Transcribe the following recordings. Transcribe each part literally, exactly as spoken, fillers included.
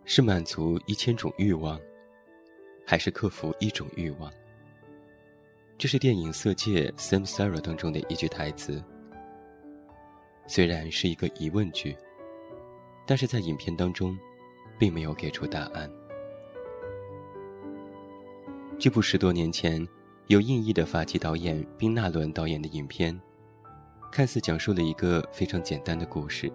是满足一千种欲望，还是克服一种欲望？这是电影《色戒》Samsara 当中的一句台词。虽然是一个疑问句，但是在影片当中并没有给出答案。这部十多年前由印裔的法籍导演宾纳伦导演的影片，看似讲述了一个非常简单的故事。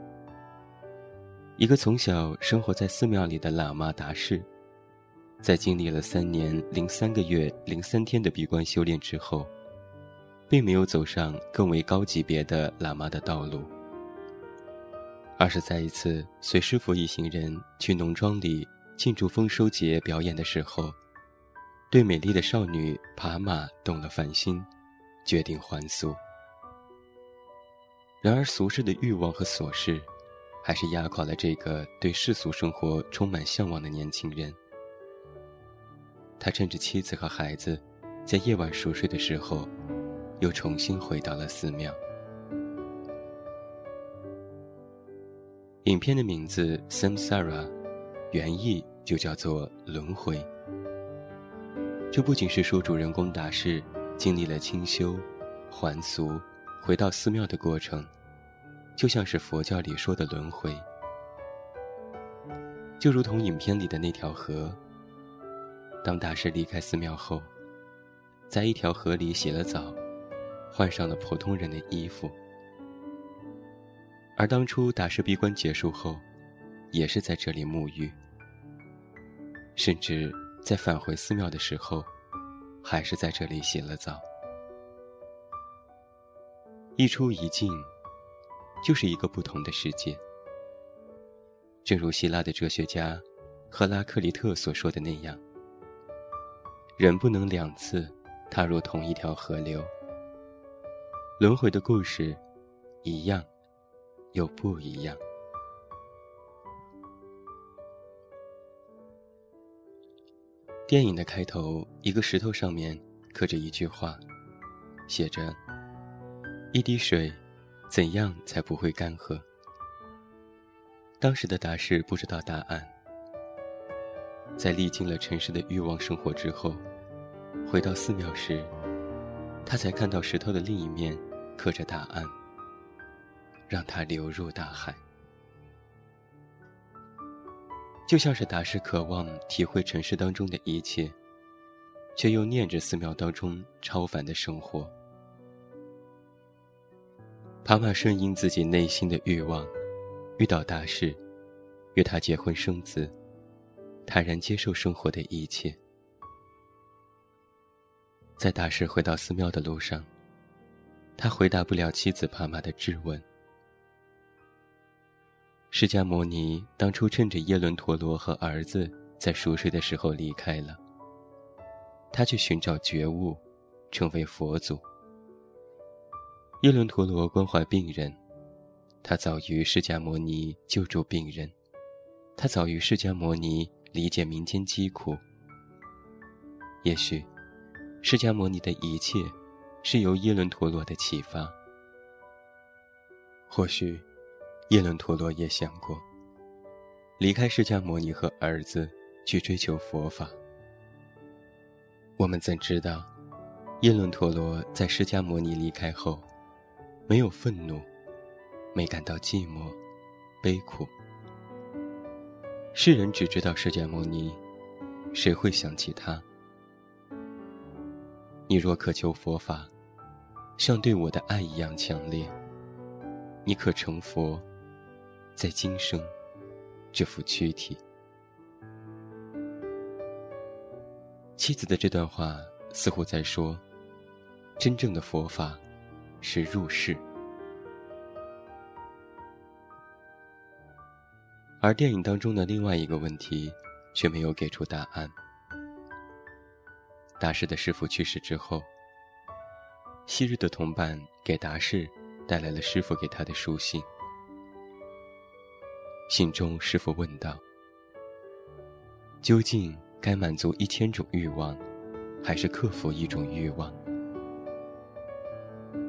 一个从小生活在寺庙里的喇嘛达士，在经历了三年零三个月零三天的闭关修炼之后，并没有走上更为高级别的喇嘛的道路，而是在一次随师父一行人去农庄里庆祝丰收节表演的时候，对美丽的少女帕玛动了凡心，决定还俗。然而俗世的欲望和琐事还是压垮了这个对世俗生活充满向往的年轻人。他趁着妻子和孩子在夜晚熟睡的时候，又重新回到了寺庙。影片的名字 Samsara 原意就叫做轮回。这不仅是说主人公达士经历了清修、还俗、回到寺庙的过程，就像是佛教里说的轮回。就如同影片里的那条河，当达士离开寺庙后，在一条河里洗了澡，换上了普通人的衣服。而当初达士闭关结束后，也是在这里沐浴，甚至在返回寺庙的时候，还是在这里洗了澡。一出一进，就是一个不同的世界。正如希腊的哲学家赫拉克利特所说的那样，人不能两次踏入同一条河流。轮回的故事一样又不一样。电影的开头，一个石头上面刻着一句话，写着：一滴水怎样才不会干涸？当时的达士不知道答案，在历经了尘世的欲望生活之后，回到寺庙时，他才看到石头的另一面刻着答案，让他流入大海。就像是达士渴望体会尘世当中的一切，却又念着寺庙当中超凡的生活。帕玛顺应自己内心的欲望，遇到达士，约他结婚生子，坦然接受生活的一切。在达士回到寺庙的路上，他回答不了妻子帕玛的质问。释迦牟尼当初趁着耶伦陀罗和儿子在熟睡的时候离开了，他去寻找觉悟，成为佛祖。耶伦陀罗关怀病人，他早于释迦牟尼救助病人，他早于释迦牟尼理解民间疾苦。也许释迦牟尼的一切是由耶伦陀罗的启发，或许耶伦陀罗也想过离开释迦牟尼和儿子去追求佛法。我们怎知道耶伦陀罗在释迦牟尼离开后没有愤怒，没感到寂寞悲苦。世人只知道释迦牟尼，谁会想起他？你若渴求佛法，像对我的爱一样强烈，你可成佛，在今生这副躯体。妻子的这段话似乎在说，真正的佛法是入世。而电影当中的另外一个问题却没有给出答案。达士的师父去世之后，昔日的同伴给达士带来了师父给他的书信。信中师父问道，究竟该满足一千种欲望，还是克服一种欲望？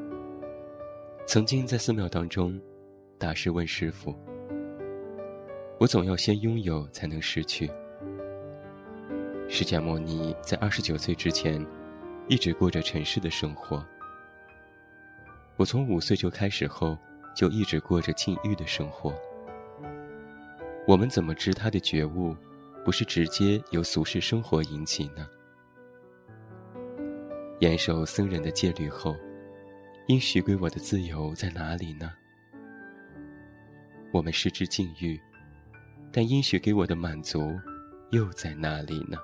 曾经在寺庙当中，达士问师父， 我总要先拥有才能失去。释迦牟尼在二十九岁之前一直过着尘世的生活，我从五岁就开始后就一直过着禁欲的生活。我们怎么知他的觉悟不是直接由俗世生活引起呢？严守僧人的戒律后，应许给我的自由在哪里呢？我们失之禁欲，但应许给我的满足又在哪里呢？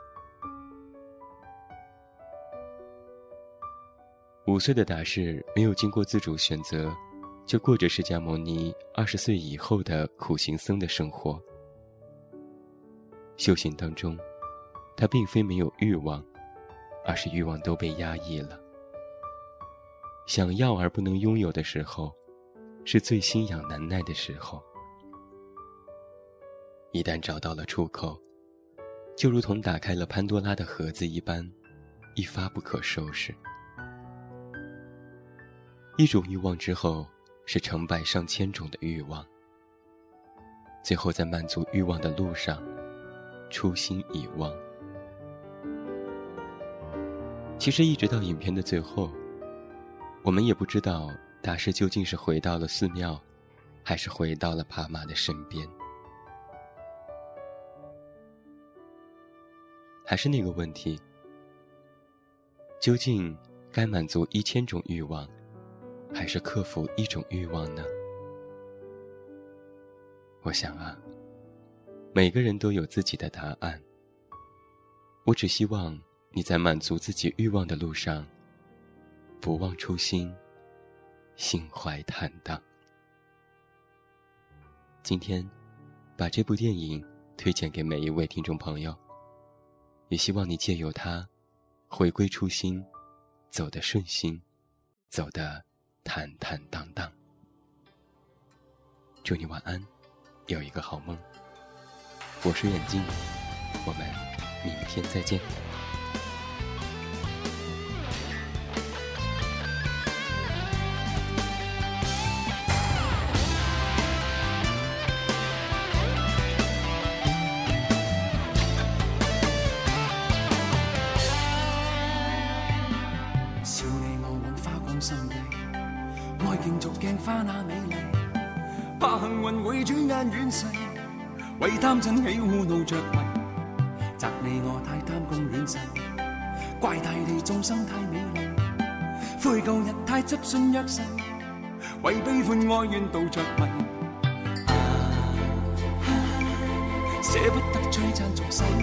五岁的达士没有经过自主选择，就过着释迦牟尼二十岁以后的苦行僧的生活。修行当中，他并非没有欲望，而是欲望都被压抑了。想要而不能拥有的时候，是最心痒难耐的时候。一旦找到了出口，就如同打开了潘多拉的盒子一般，一发不可收拾。一种欲望之后，是成百上千种的欲望，最后在满足欲望的路上，初心已忘。其实一直到影片的最后，我们也不知道达士究竟是回到了寺庙，还是回到了帕玛的身边。还是那个问题，究竟该满足一千种欲望，还是克服一种欲望呢？我想啊，每个人都有自己的答案。我只希望你在满足自己欲望的路上，不忘初心，心怀坦荡。今天把这部电影推荐给每一位听众朋友，也希望你借由它回归初心，走得顺心，走得坦坦荡荡。祝你晚安，有一个好梦。我是远近，我们明天再见。 笑你我枉花光心地，愛競逐鏡花那美麗，怕幸運會轉眼遠逝，為貪嗔喜惡怒着迷，責你我太貪功戀勢，怪大地眾生太美麗，悔舊日太執信約誓，為悲歡哀怨妒着迷，啊啊、捨不得璀璨俗世。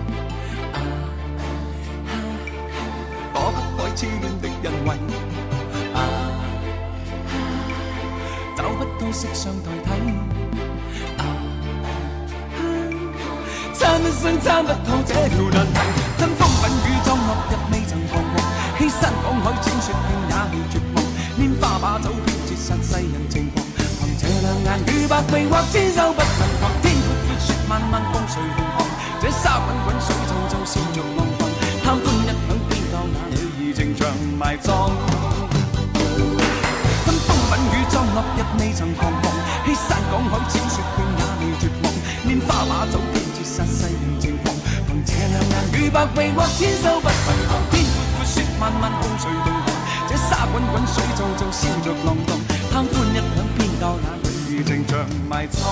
痴戀的人為啊啊，找不到色相代替啊啊，參一生參不透這條難題，吞風品雨裝落日未曾彷徨，欺山趕海踐雪徑也未絕望，拈花把酒偏折殺世人情狂，憑這兩眼與百臂或千手不能防，天闊闊雪漫漫風隨同航，這沙滾滾水皺皺笑着浪蕩，貪歡一晌偏教那女兒情長埋葬，分風品雨裝落日未曾彷徨，欺山趕海踐雪徑也未絕望，拈花把酒偏折殺世人情狂，憑這兩眼與百臂或千手不能防，天闊闊雪漫漫風隨同航，這沙滾滾水皺皺笑着浪蕩，貪歡一晌偏教那女兒情長埋葬。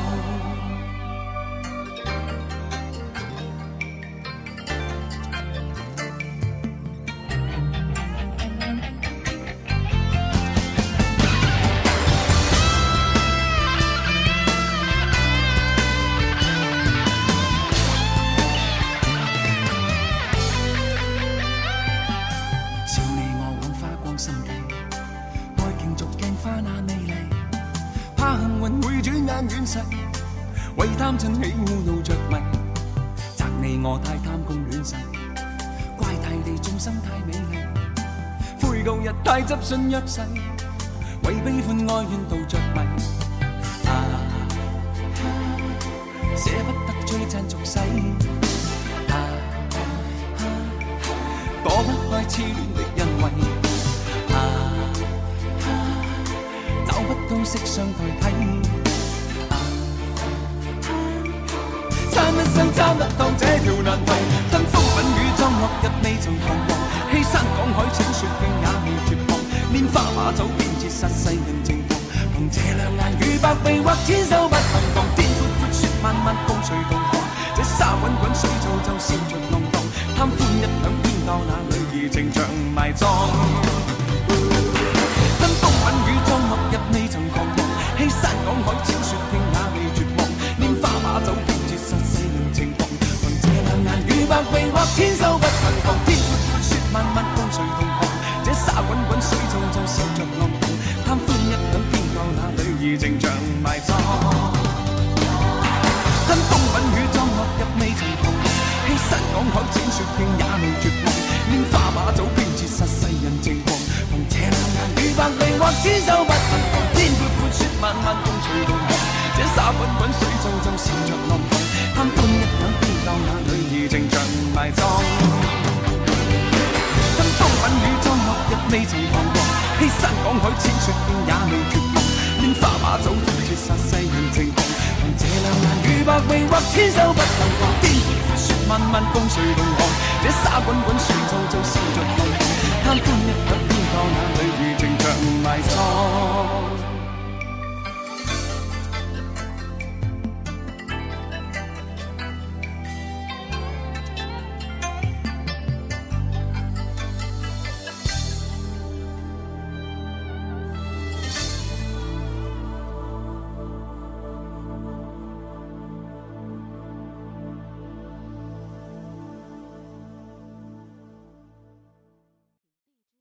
為貪嗔喜惡怒着迷，責你我太貪功戀勢，怪大地眾生太美麗，悔舊日太執信約誓，為悲歡哀怨妒着迷，啊啊，捨不得璀璨俗世，啊啊，躲不開痴戀的恩惠，啊啊，找不到色相代替。 參不透這條難題，跟風品與裝落日未曾彷徨，欺山趕海請雪徑也未絕望，拈花把酒便折殺世人情狂，憑這兩眼與百臂或千手不能防，天闊闊雪漫漫風隨同航，這沙滾滾水皺皺笑着浪蕩，貪歡一晌偏教那女兒情長埋葬，跟風品與裝落日未曾彷徨，欺山趕海請雪徑也未絕望，拈花把酒便折殺世人情狂，憑這兩眼與百臂或千手不能防，天闊闊雪漫漫風隨同航，這沙滾滾水皺皺笑着浪蕩，貪歡一晌偏教那女兒情長埋葬，跟風品與裝落日未曾彷徨，欺山趕海請雪徑也未絕望，拈花把酒便折殺世人情狂，憑這兩眼與百臂或千手不能防，天闊闊雪漫漫風隨同航，這沙滾滾水皺皺笑着浪蕩，貪歡一晌偏教那女兒情長埋葬，跟風品與裝落日未曾彷徨，欺山趕海請雪徑也未絕望，拈花把酒便折殺世人情狂，憑這兩眼與百臂或千手不能防，天闊闊雪漫漫風隨同航，這沙滾滾水皺皺笑着浪蕩，貪歡一晌